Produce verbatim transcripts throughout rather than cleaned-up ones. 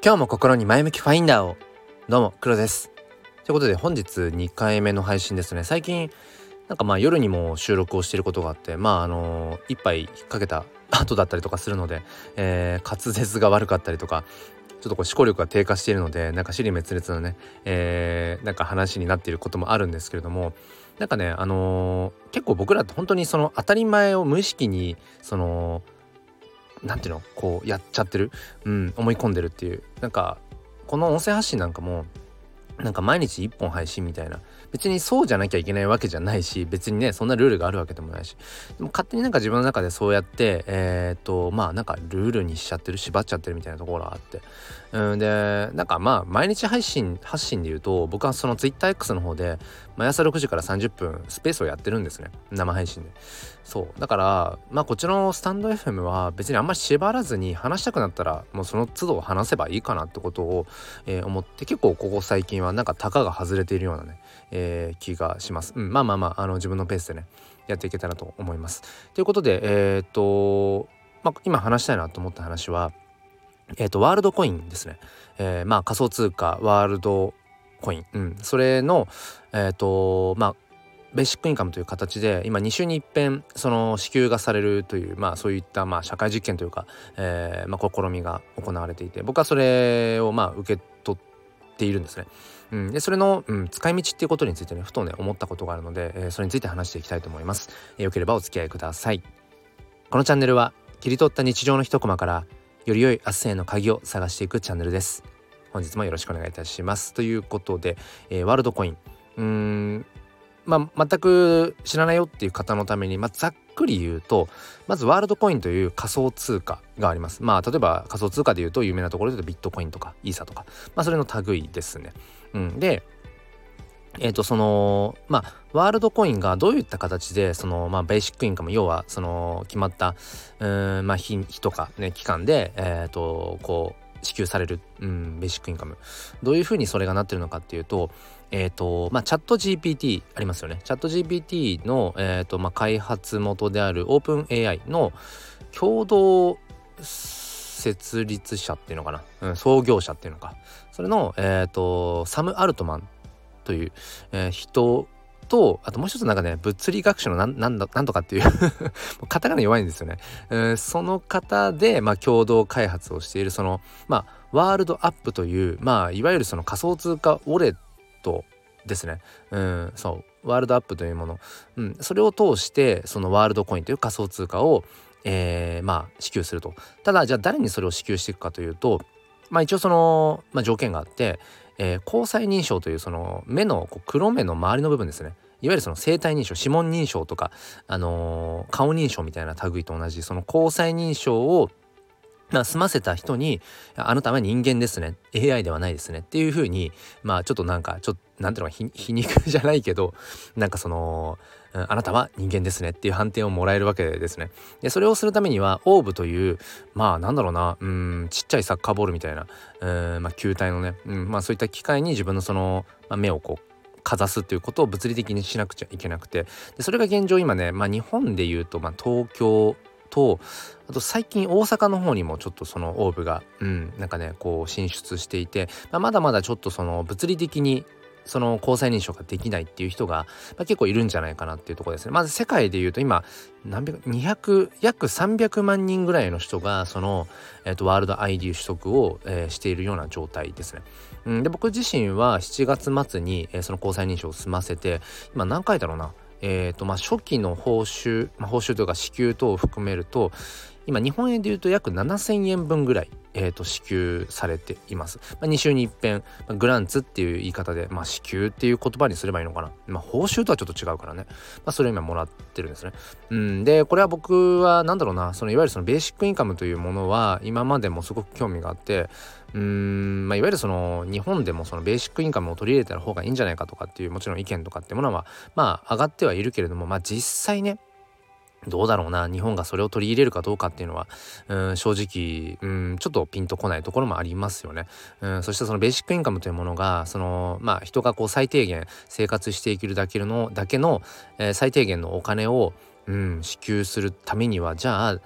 今日も心に前向きファインダーを。どうも黒です。ということで本日にかいめの配信ですね。最近なんかまあ夜にも収録をしていることがあって、まああの一杯かけた後だったりとかするので、えー、滑舌が悪かったりとかちょっとこう思考力が低下しているので、なんか尻滅裂のね、えー、なんか話になっていることもあるんですけれども、なんかねあのー結構僕らって本当にその当たり前を無意識にそのなんていうのこうやっちゃってる、うん、思い込んでるっていう、なんかこの音声発信なんかもなんか毎日いっぽん配信みたいな、別にそうじゃなきゃいけないわけじゃないし、別にねそんなルールがあるわけでもないし、でも勝手になんか自分の中でそうやってえー、っとまあなんかルールにしちゃってる、縛っちゃってるみたいなところがあって、うんでなんかまあ毎日配信発信で言うと、僕はその TwitterX の方で毎朝ろくじからさんじゅっぷんスペースをやってるんですね、生配信で。そうだからまあこっちのスタンド エフエム は別にあんまり縛らずに、話したくなったらもうその都度話せばいいかなってことを、えー思って、結構ここ最近はなんかタカが外れているようなね、えー気がします。うん、まあまあまああの自分のペースでねやっていけたらと思います。ということでえーっとまあ今話したいなと思った話は、えーっとワールドコインですね。えー、まあ仮想通貨ワールドコイン、うん、それのえーっとまあベーシックインカムという形で今に週に一遍その支給がされるという、まあそういったまあ社会実験というか、えー、まあ試みが行われていて、僕はそれをまあ受け取っているんですね。うん、でそれの、うん、使い道っていうことについてねふとね思ったことがあるので、えーそれについて話していきたいと思います。えーよければお付き合いください。このチャンネルは切り取った日常の一コマからより良い明日への鍵を探していくチャンネルです。本日もよろしくお願いいたします。ということで、えーワールドコイン、うーんまあ、全く知らないよっていう方のために、まあ、ざっくり言うと、まずワールドコインという仮想通貨があります。まあ例えば仮想通貨で言うと有名なところで言うとビットコインとかイーサとか、まあそれの類ですね。うん、でえーとそのまあワールドコインがどういった形でそのまあベーシックインカム、要はその決まったうーんまあ日日とかね期間でえーとこう支給される、うん、ベーシックインカム、どういうふうにそれがなってるのかっていうと、えっ、とまあチャット ジーピーティー ありますよね。チャット ジーピーティー のえっ、とまあ開発元であるオープン エーアイ の共同設立者っていうのかな、うん、創業者っていうのか、それのえっ、とサム・アルトマンという、えー人と、あともう一つなんかね物理学者のなんなんだなんとかっていうカタカナ弱いんですよね。えーその方でまあ共同開発をしているそのまあワールドアップという、まあいわゆるその仮想通貨ウォレットですね。うんそうワールドアップというもの、うん、それを通してそのワールドコインという仮想通貨を、えー、まあ支給すると。ただじゃあ誰にそれを支給していくかというと、まあ一応その、まあ、条件があって、えー、虹彩認証というその目のこう黒目の周りの部分ですね、いわゆるその生体認証、指紋認証とか、あのー顔認証みたいな類と同じその虹彩認証をまあ、済ませた人に、あなたは人間ですね、 エーアイ ではないですねっていう風に、まあちょっとなんかちょっとなんていうのか皮皮肉じゃないけど、なんかその、うん、あなたは人間ですねっていう判定をもらえるわけですね。でそれをするためにはオーブという、まあなんだろうな、うんちっちゃいサッカーボールみたいな、うん、まあ、球体のね、うん、まあそういった機械に自分のその、まあ、目をこうかざすっていうことを物理的にしなくちゃいけなくて、でそれが現状今ね、まあ、日本でいうと、まあ、東京と、あと最近大阪の方にもちょっとそのオーブが、うん、なんかねこう進出していて、まあ、まだまだちょっとその物理的にその虹彩認証ができないっていう人が、まあ、結構いるんじゃないかなっていうところですね。まず世界でいうと今何百にひゃく約さんびゃくまん人ぐらいの人がその、えー、とワールド アイディー 取得を、えーしているような状態ですね。うん、で僕自身はしちがつ末に、えーその虹彩認証を済ませて、今何回だろうな、えーとまあ、初期の報酬、まあ、報酬というか支給等を含めると今日本円でいうと約ななせんえんぶんぐらい、えー、と支給されています。まあ、に週に一遍、まあ、グランツっていう言い方で、まあ、支給っていう言葉にすればいいのかな、まあ、報酬とはちょっと違うからね、まあ、それを今もらってるんですね。うん、でこれは僕はなんだろうな、そのいわゆるそのベーシックインカムというものは今までもすごく興味があって、うーん、まあ、いわゆるその日本でもそのベーシックインカムを取り入れた方がいいんじゃないかとかっていうもちろん意見とかってものはまあ上がってはいるけれども、まあ実際ねどうだろうな、日本がそれを取り入れるかどうかっていうのは、うん、正直、うん、ちょっとピンとこないところもありますよね。うん、そしてそのベーシックインカムというものがそのまあ人がこう最低限生活していけるだけのだけの、えー最低限のお金を、うん、支給するためにはじゃあ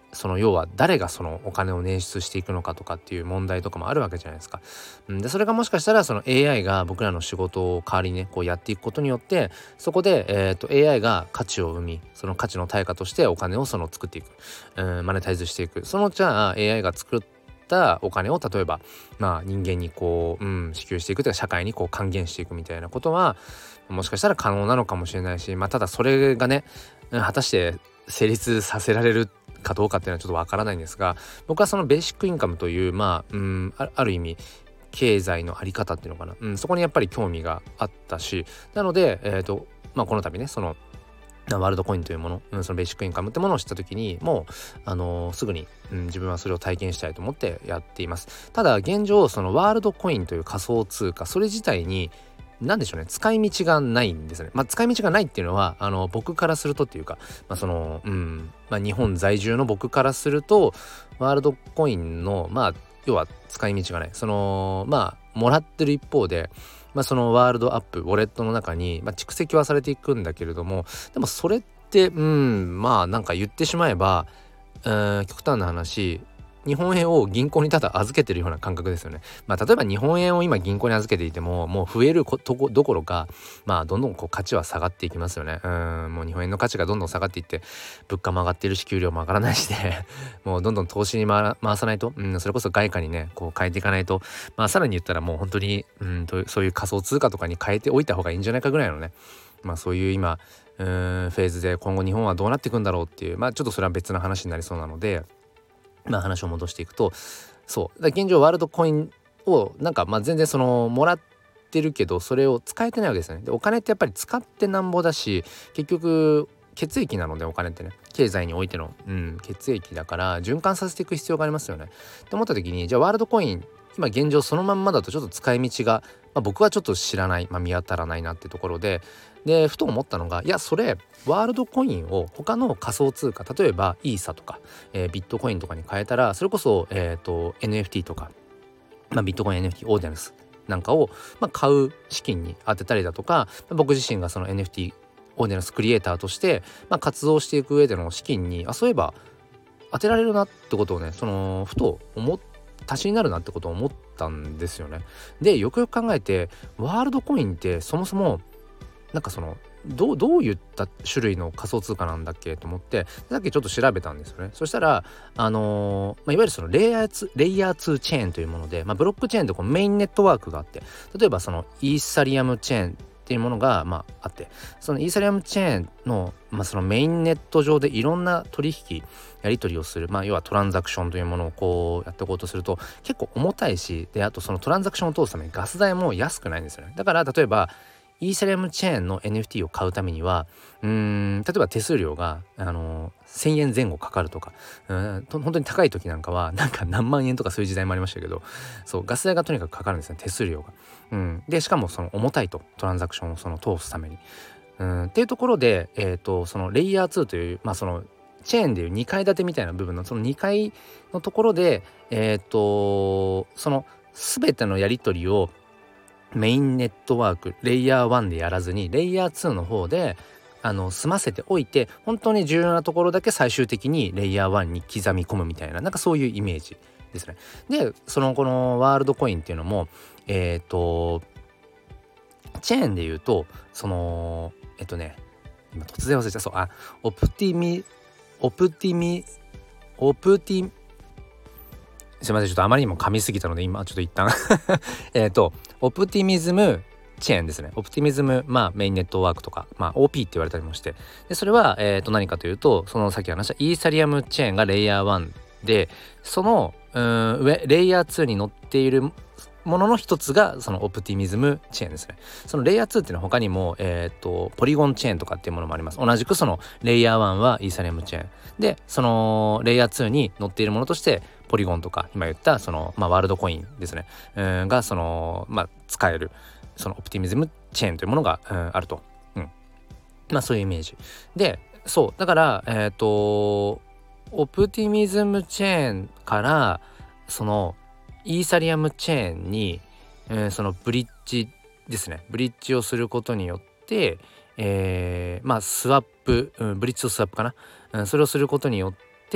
その要は誰がそのお金を捻出していくのかとかっていう問題とかもあるわけじゃないですか。うん、でそれがもしかしたらその エーアイ が僕らの仕事を代わりにねこうやっていくことによって、そこで、えー、と エーアイ が価値を生み、その価値の対価としてお金をその作っていく、うん、マネタイズしていく。そのじゃあ エーアイ が作ったお金を例えばまあ人間にこう、うん、支給していくというか社会にこう還元していくみたいなことはもしかしたら可能なのかもしれないし、まあただそれがね、うん、果たして成立させられるかどうかっていうのはちょっとわからないんですが、僕はそのベーシックインカムというまあ、うん、あ, ある意味経済のあり方っていうのかな、うん、そこにやっぱり興味があったし、なので、えーとまあ、この度ねそのワールドコインというもの、うん、そのベーシックインカムってものを知った時にもう、あのー、すぐに、うん、自分はそれを体験したいと思ってやっています。ただ現状そのワールドコインという仮想通貨、それ自体になんでしょうね、使い道がないんですね。まあ使い道がないっていうのはあの僕からするとっていうか、まあそのうんまあ日本在住の僕からするとワールドコインのまあ要は使い道がない。そのまあもらってる一方で、まあそのワールドアップウォレットの中に、まあ、蓄積はされていくんだけれども、でもそれってうんまあなんか言ってしまえば、うん極端な話、日本円を銀行にただ預けてるような感覚ですよね。まあ例えば日本円を今銀行に預けていてももう増えることこどころか、まあどんどんこう価値は下がっていきますよね。うんもう日本円の価値がどんどん下がっていって、物価も上がっているし給料も上がらないしでもうどんどん投資に回回さないと、うん、それこそ外貨にねこう変えていかないと、まあさらに言ったらもう本当にうんとそういう仮想通貨とかに変えておいた方がいいんじゃないかぐらいのね、まあそういう今うーんフェーズで今後日本はどうなっていくんだろうっていう、まあちょっとそれは別の話になりそうなので、まあ話を戻していくと、そうだ現状ワールドコインをなんかまあ全然そのもらってるけどそれを使えてないわけですよね。でお金ってやっぱり使ってなんぼだし、結局血液なのでお金ってね経済においての、うん、血液だから循環させていく必要がありますよねって思った時に、じゃあワールドコイン今現状そのまんまだとちょっと使い道が、まあ、僕はちょっと知らない、まあ、見当たらないなってところで、でふと思ったのが、いやそれワールドコインを他の仮想通貨、例えばイーサとか、えー、ビットコインとかに変えたら、それこそ、えー、と エヌエフティー とか、まあ、ビットコイン エヌエフティー オーディナンスなんかを、まあ、買う資金に当てたりだとか、僕自身がその エヌエフティー オーディナンスクリエイターとして、まあ、活動していく上での資金にあそういえば当てられるなってことをね、そのふと思って足しになるなってことを思ったんですよね。でよくよく考えてワールドコインってそもそもなんかそのどうどういった種類の仮想通貨なんだっけと思ってさっきちょっと調べたんですよね。そしたらあのーまあ、いわゆるそのレイヤーツレイヤーツーチェーンというもので、まあ、ブロックチェーンってこうメインネットワークがあって、例えばそのイーサリアムチェーンっていうものがまああって、そのイーサリアムチェーンの、まあ、そのメインネット上でいろんな取引やり取りをする、まあ要はトランザクションというものをこうやっていこうとすると結構重たいし、であとそのトランザクションを通すためにガス代も安くないんですよね。だから例えばイーサリアムチェーンの エヌエフティー を買うためにはうーん例えば手数料が、あのー、せんえんぜん後かかるとか、うんと本当に高い時なんかはなんか何万円とかそういう時代もありましたけど、そうガス代がとにかくかかるんですね、手数料が。うん、でしかもその重たいとトランザクションをその通すために、うん、っていうところで、えーと、そのレイヤーツーというまあそのチェーンでいうにかい建てみたいな部分のそのにかいのところでえっ、ー、とその全てのやり取りをメインネットワークレイヤーワンでやらずにレイヤーツーの方であの済ませておいて、本当に重要なところだけ最終的にレイヤーワンに刻み込むみたいな、なんかそういうイメージですね。でそのこのワールドコインっていうのもえっ、ー、とチェーンで言うとそのえっとね今突然忘れちゃった、そうあオプティミオプティミオプティすいませんちょっとあまりにも噛みすぎたので今ちょっと一旦えっとオプティミズムチェーンですね。オプティミズムまあメインネットワークとかまあ オーピー って言われたりもして、でそれはえっと何かというと、そのさっき話したイーサリアムチェーンがレイヤーワンで、そのうーん上レイヤーツーに載っているものの一つがそのオプティミズムチェーンですね。そのレイヤーツーっていうのは他にもえっとポリゴンチェーンとかっていうものもあります。同じくそのレイヤーワンはイーサリアムチェーンで、そのレイヤーツーに載っているものとしてポリゴンとか今言ったその、まあ、ワールドコインですね、うん、がその、まあ、使えるそのオプティミズムチェーンというものが、うん、あると、うん、まあそういうイメージで、そうだからえっとオプティミズムチェーンからそのイーサリアムチェーンに、えー、そのブリッジですねブリッジをすることによってえー、まあスワップ、うん、ブリッジとスワップかな、うん、それをすることによって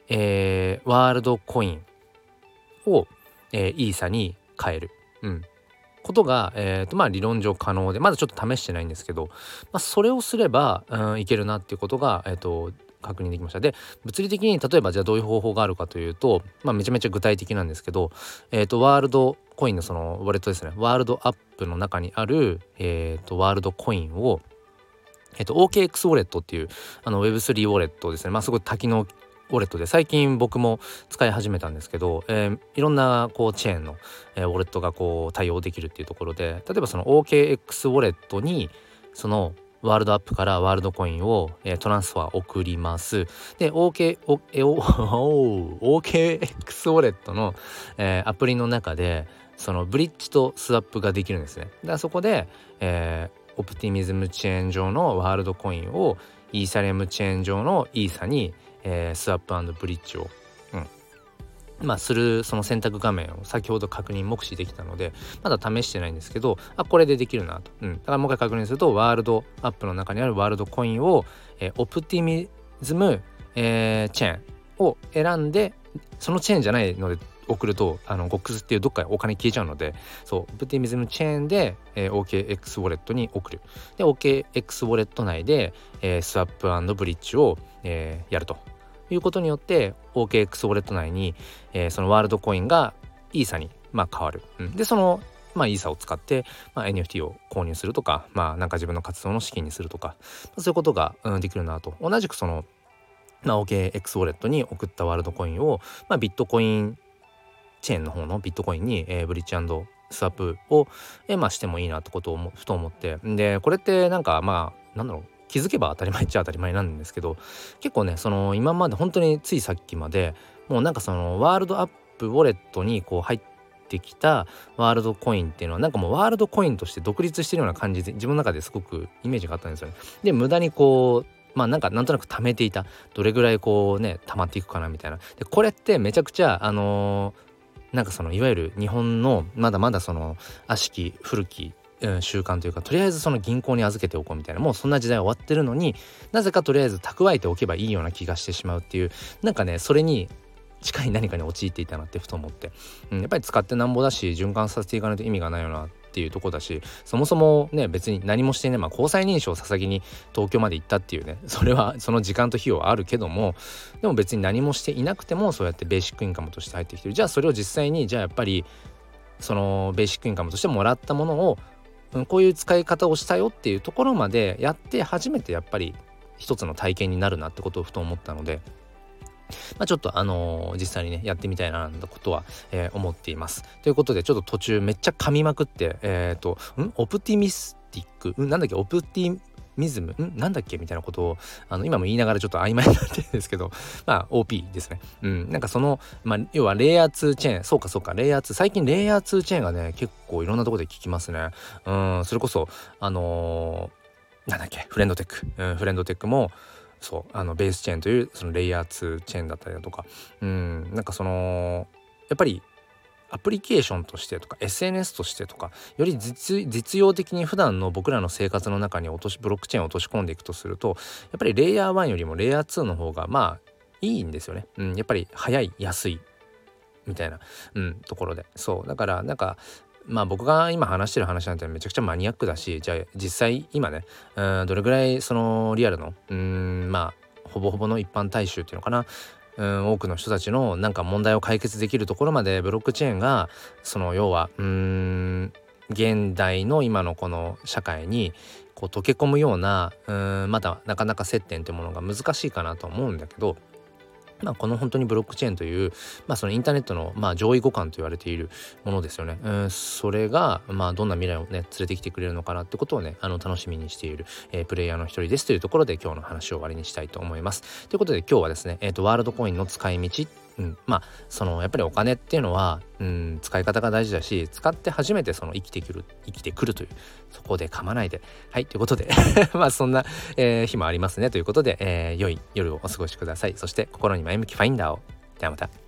えー、ワールドコインを、えー、イーサに変える、うん、ことが、えーとまあ、理論上可能で、まだちょっと試してないんですけど、まあ、それをすれば、うん、いけるなっていうことが、えーと確認できました。で、物理的に例えばじゃあどういう方法があるかというと、まあ、めちゃめちゃ具体的なんですけど、えーとワールドコインのそのウォレットですね、ワールドアップの中にある、えーとワールドコインをえっと、オーケーエックス ウォレットっていうあの ウェブスリー ウォレットですね。まあすごい多機能ウォレットで最近僕も使い始めたんですけど、えー、いろんなこうチェーンの、えー、ウォレットがこう対応できるっていうところで、例えばその オーケーエックス ウォレットにそのワールドアップからワールドコインを、えー、トランスファー送ります。で OK おえお オーケーエックス ウォレットの、えー、アプリの中でそのブリッジとスワップができるんですね。だからそこで、えーオプティミズムチェーン上のワールドコインをイーサリアムチェーン上のイーサに、えー、スワップ&ブリッジを、うんまあ、するその選択画面を先ほど確認目視できたのでまだ試してないんですけど、あこれでできるなと、うん、だからもう一回確認するとワールドアップの中にあるワールドコインを、えー、オプティミズム、えー、チェーンを選んでそのチェーンじゃないので送るとあの ゴックス っていうどっかお金消えちゃうので、そうオプティミズムチェーンで、えー、オーケーエックス ウォレットに送る。で オーケーエックス ウォレット内で、えー、スワップ&ブリッジを、えー、やるということによって オーケーエックス ウォレット内に、えー、そのワールドコインがイーサに、まあ、変わる、うん、でその、まあ、イーサを使って、まあ、エヌエフティー を購入するとか、まあ、なんか自分の活動の資金にするとかそういうことが、うん、できるなと。同じくその、まあ、オーケーエックス ウォレットに送ったワールドコインを、まあ、ビットコインチェーンの方のビットコインに、えー、ブリッジ&スワップを、えー、まあしてもいいなってことをもふと思って、でこれってなんかまあなんだろう気づけば当たり前っちゃ当たり前なんですけど、結構ねその今まで本当についさっきまでもうなんかそのワールドアップウォレットにこう入ってきたワールドコインっていうのはなんかもうワールドコインとして独立してるような感じで自分の中ですごくイメージがあったんですよね。で無駄にこうまあなんかなんとなく貯めていた、どれぐらいこうね溜まっていくかなみたいな。でこれってめちゃくちゃあのーなんかそのいわゆる日本のまだまだその悪しき古き、うん、習慣というか、とりあえずその銀行に預けておこうみたいな、もうそんな時代終わってるのになぜかとりあえず蓄えておけばいいような気がしてしまうっていう、なんかねそれに近い何かに陥っていたなってふと思って、うん、やっぱり使ってなんぼだし循環させていかないと意味がないよなっていうとこだし、そもそもね別に何もしてね、まあ、交際認証を捧げに東京まで行ったっていうね、それはその時間と費用はあるけども、でも別に何もしていなくてもそうやってベーシックインカムとして入ってきてる。じゃあそれを実際にじゃあやっぱりそのベーシックインカムとしてもらったものを、うん、こういう使い方をしたよっていうところまでやって初めてやっぱり一つの体験になるなってことをふと思ったので、まあ、ちょっとあのー、実際にねやってみたいななんてことは、えー、思っています。ということでちょっと途中めっちゃ噛みまくってえっ、ー、とんオプティミスティックんなんだっけオプティミズムんなんだっけみたいなことをあの今も言いながらちょっと曖昧になってるんですけど、まあ オーピー ですね。うんなんかそのまあ要はレイヤーツーチェーン、そうかそうかレイヤーツー、最近レイヤーツーチェーンがね結構いろんなところで聞きますね。うんそれこそあのー、なんだっけフレンドテック、うん、フレンドテックもそうあのベースチェーンというそのレイヤーツーチェーンだったりだとか、うんなんかそのやっぱりアプリケーションとしてとか エスエヌエス としてとかより 実, 実用的に普段の僕らの生活の中に落としブロックチェーンを落とし込んでいくとすると、やっぱりレイヤーワンよりもレイヤーツーの方がまあいいんですよね。うん、やっぱり早い安いみたいな、うん、ところで、そうだからなんかまあ僕が今話してる話なんてめちゃくちゃマニアックだし、じゃあ実際今ねうんどれぐらいそのリアルのうんまあほぼほぼの一般大衆っていうのかな、うん多くの人たちのなんか問題を解決できるところまでブロックチェーンがその要はうーん現代の今のこの社会にこう溶け込むようなうんまだなかなか接点というものが難しいかなと思うんだけど、まあ、この本当にブロックチェーンという、まあ、そのインターネットのまあ上位互換と言われているものですよね。うん、それがまあどんな未来をね連れてきてくれるのかなってことをねあの楽しみにしている、えー、プレイヤーの一人ですというところで今日の話を終わりにしたいと思います。ということで今日はですね、えーと、ワールドコインの使い道、うん、まあそのやっぱりお金っていうのは、うん、使い方が大事だし、使って初めてその生きてくる生きてくるという、そこで噛まないではいということでまあそんな、えー、日もありますねということで、えー、良い夜をお過ごしください。そして心に前向きファインダーを。ではまた。